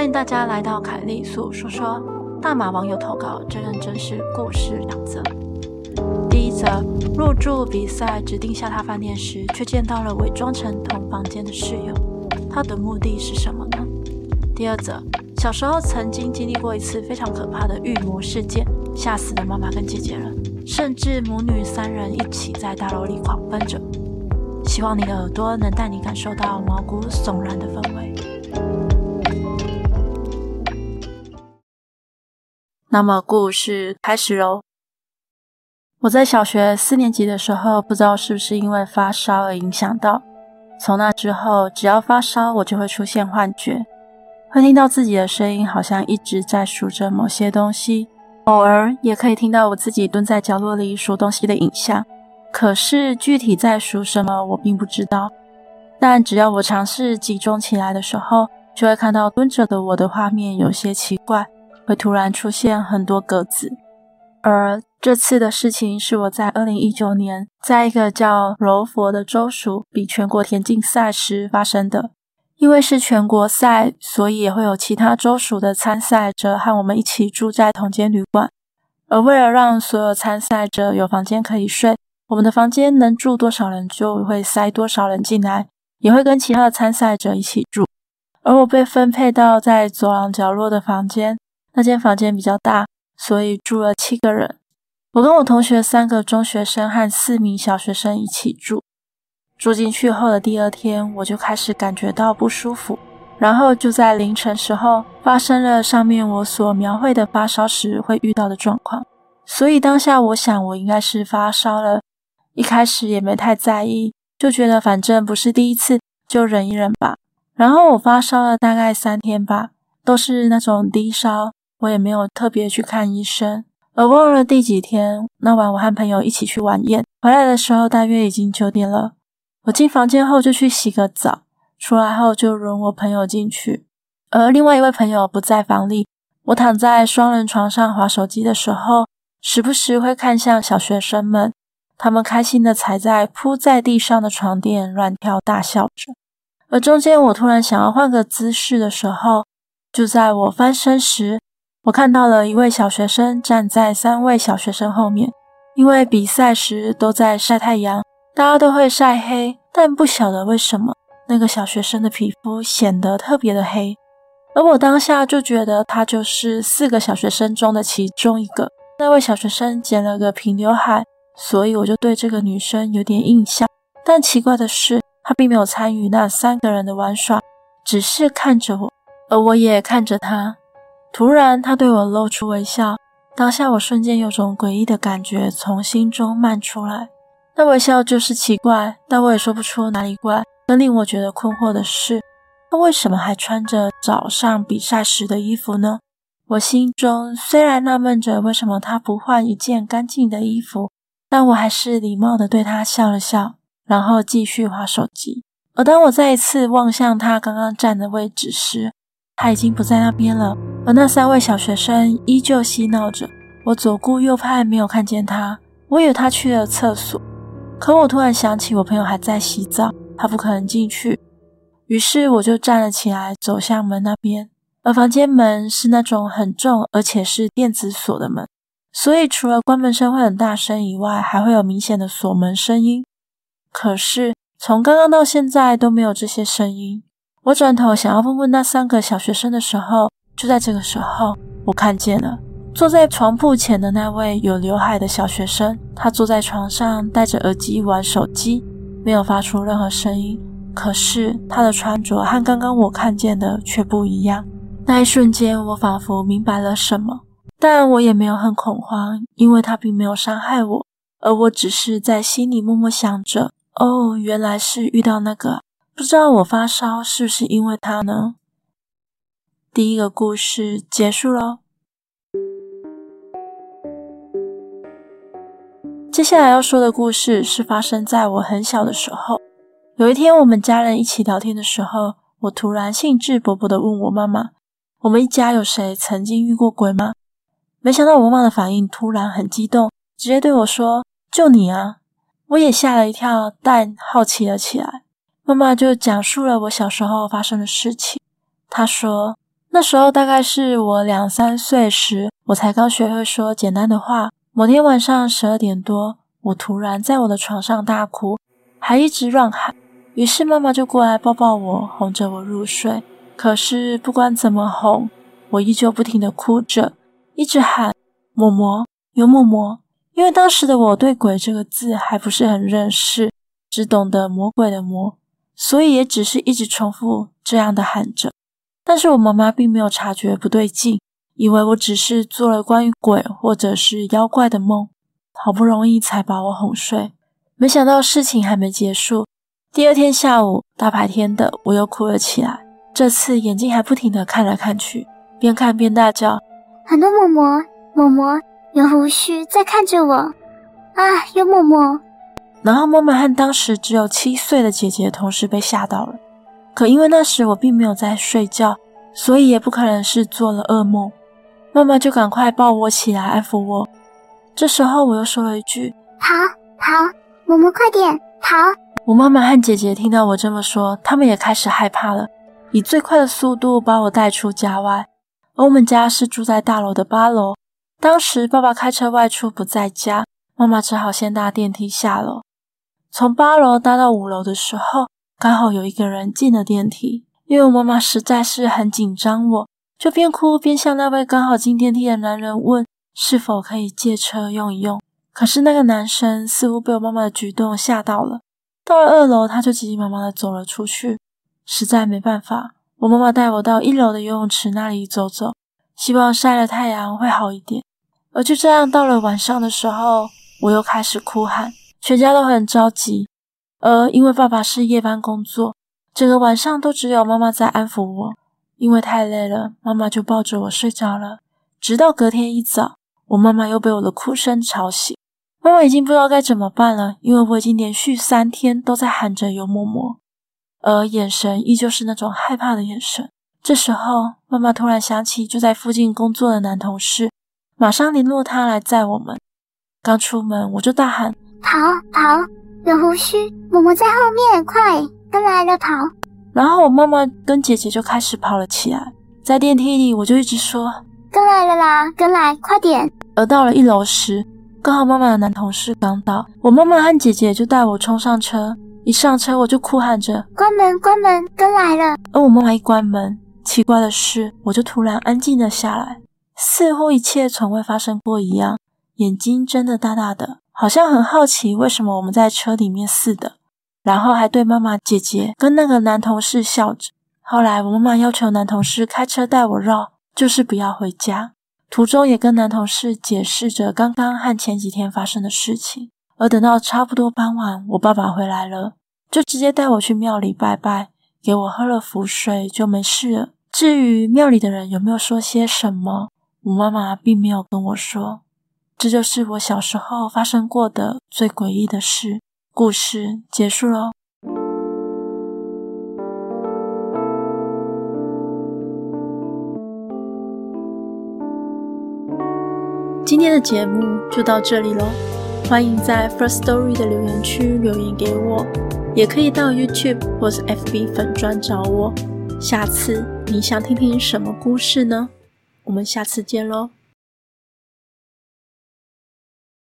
迎大家来到凯莉诉说说，大马网友投稿，这认真是故事2则。第一则，入住比赛指定下榻饭店时，却见到了伪装成同房间的室友，他的目的是什么呢？第二则，小时候曾经经历过一次非常可怕的预谋事件，吓死了妈妈跟姐姐了，甚至母女3人一起在大楼里狂奔着。希望你的耳朵能带你感受到毛骨悚然的氛围。那么故事开始咯。我在小学4年级的时候，不知道是不是因为发烧而影响到，从那之后只要发烧我就会出现幻觉，会听到自己的声音好像一直在数着某些东西，偶尔也可以听到我自己蹲在角落里数东西的影像，可是具体在数什么我并不知道。但只要我尝试集中起来的时候，就会看到蹲着的我的画面有些奇怪，会突然出现很多格子。而这次的事情是我在2019年在一个叫柔佛的州属比全国田径赛时发生的。因为是全国赛，所以也会有其他州属的参赛者和我们一起住在同间旅馆。而为了让所有参赛者有房间可以睡，我们的房间能住多少人就会塞多少人进来，也会跟其他的参赛者一起住。而我被分配到在走廊角落的房间，那间房间比较大，所以住了7个人。我跟我同学3个中学生和4名小学生一起住。住进去后的第2天，我就开始感觉到不舒服，然后就在凌晨时候发生了上面我所描绘的发烧时会遇到的状况。所以当下我想我应该是发烧了，一开始也没太在意，就觉得反正不是第一次，就忍一忍吧。然后我发烧了大概3天吧，都是那种低烧，我也没有特别去看医生。而忘了第几天，那晚我和朋友一起去晚宴，回来的时候大约已经9点了。我进房间后就去洗个澡，出来后就轮我朋友进去。而另外一位朋友不在房里，我躺在双人床上滑手机的时候，时不时会看向小学生们，他们开心地踩在铺在地上的床垫乱跳大笑着。而中间我突然想要换个姿势的时候，就在我翻身时，我看到了一位小学生站在3位小学生后面。因为比赛时都在晒太阳，大家都会晒黑，但不晓得为什么那个小学生的皮肤显得特别的黑。而我当下就觉得他就是4个小学生中的其中一个。那位小学生剪了个平刘海，所以我就对这个女生有点印象。但奇怪的是，她并没有参与那3个人的玩耍，只是看着我，而我也看着她。突然她对我露出微笑，当下我瞬间有种诡异的感觉从心中漫出来。那微笑就是奇怪，但我也说不出哪里怪。更令我觉得困惑的是，他为什么还穿着早上比赛时的衣服呢？我心中虽然纳闷着为什么他不换一件干净的衣服，但我还是礼貌地对他笑了笑，然后继续滑手机。而当我再一次望向他刚刚站的位置时，他已经不在那边了，而那3位小学生依旧嬉闹着。我左顾右盼没有看见他，我以为他去了厕所。可我突然想起我朋友还在洗澡，他不可能进去，于是我就站了起来走向门那边。而房间门是那种很重而且是电子锁的门，所以除了关门声会很大声以外，还会有明显的锁门声音。可是从刚刚到现在都没有这些声音。我转头想要问问那3个小学生的时候，就在这个时候我看见了坐在床铺前的那位有刘海的小学生，他坐在床上戴着耳机玩手机，没有发出任何声音。可是他的穿着和刚刚我看见的却不一样。那一瞬间我仿佛明白了什么，但我也没有很恐慌，因为他并没有伤害我，而我只是在心里默默想着，哦，原来是遇到那个，不知道我发烧是不是因为他呢？第一个故事结束咯。接下来要说的故事是发生在我很小的时候。有一天我们家人一起聊天的时候，我突然兴致勃勃地问我妈妈，我们一家有谁曾经遇过鬼吗？没想到我妈妈的反应突然很激动，直接对我说，就你啊。我也吓了一跳，但好奇了起来。妈妈就讲述了我小时候发生的事情。她说， 那时候大概是我2、3岁时，我才刚学会说简单的话。某天晚上12点多，我突然在我的床上大哭，还一直乱喊，于是妈妈就过来抱抱我，哄着我入睡。可是不管怎么哄，我依旧不停地哭着，一直喊嬷嬷，有嬷嬷。因为当时的我对鬼这个字还不是很认识，只懂得魔鬼的魔，所以也只是一直重复这样的喊着。但是我妈妈并没有察觉不对劲，以为我只是做了关于鬼或者是妖怪的梦，好不容易才把我哄睡。没想到事情还没结束，第二天下午大白天的我又哭了起来，这次眼睛还不停地看来看去，边看边大叫， 很多嬷嬷，嬷嬷有胡须在看着我啊，有嬷嬷。 然后妈妈和当时只有7岁的姐姐同时被吓到了。可因为那时我并没有在睡觉，所以也不可能是做了噩梦。妈妈就赶快抱我起来安抚我。这时候我又说了一句， 跑跑，嬷嬷快点跑。 我妈妈和姐姐听到我这么说，她们也开始害怕了，以最快的速度把我带出家外。而我们家是住在大楼的8楼，当时爸爸开车外出不在家，妈妈只好先搭电梯下楼。从8楼搭到5楼的时候，刚好有一个人进了电梯，因为我妈妈实在是很紧张，我就边哭边向那位刚好进电梯的男人问是否可以借车用一用。可是那个男生似乎被我妈妈的举动吓到了，到了2楼他就急急忙忙地走了出去。实在没办法，我妈妈带我到1楼的游泳池那里走走，希望晒了太阳会好一点。而就这样到了晚上的时候，我又开始哭喊，全家都很着急。而因为爸爸是夜班工作，整个晚上都只有妈妈在安抚我。因为太累了，妈妈就抱着我睡着了。直到隔天一早，我妈妈又被我的哭声吵醒。妈妈已经不知道该怎么办了，因为我已经连续3天都在喊着有嬷嬷，而眼神依旧是那种害怕的眼神。这时候，妈妈突然想起就在附近工作的男同事，马上联络他来载我们。刚出门我就大喊， 跑跑，有胡须，嬷嬷在后面，快跟来了跑。 然后我妈妈跟姐姐就开始跑了起来。在电梯里我就一直说， 跟来了啦，跟来，快点。 而到了1楼时，刚好妈妈的男同事刚到，我妈妈和姐姐就带我冲上车。一上车我就哭喊着， 关门关门，跟来了。 而我妈妈一关门，奇怪的是我就突然安静了下来，似乎一切从未发生过一样，眼睛睁得大大的，好像很好奇为什么我们在车里面似的，然后还对妈妈、姐姐跟那个男同事笑着。后来我妈妈要求男同事开车带我绕，就是不要回家。途中也跟男同事解释着刚刚和前几天发生的事情。而等到差不多傍晚，我爸爸回来了，就直接带我去庙里拜拜，给我喝了符水就没事了。至于庙里的人有没有说些什么，我妈妈并没有跟我说。这就是我小时候发生过的最诡异的事。故事结束咯。今天的节目就到这里咯，欢迎在 First Story 的留言区留言给我，也可以到 YouTube 或是 FB 粉专找我。下次你想听听什么故事呢？我们下次见咯。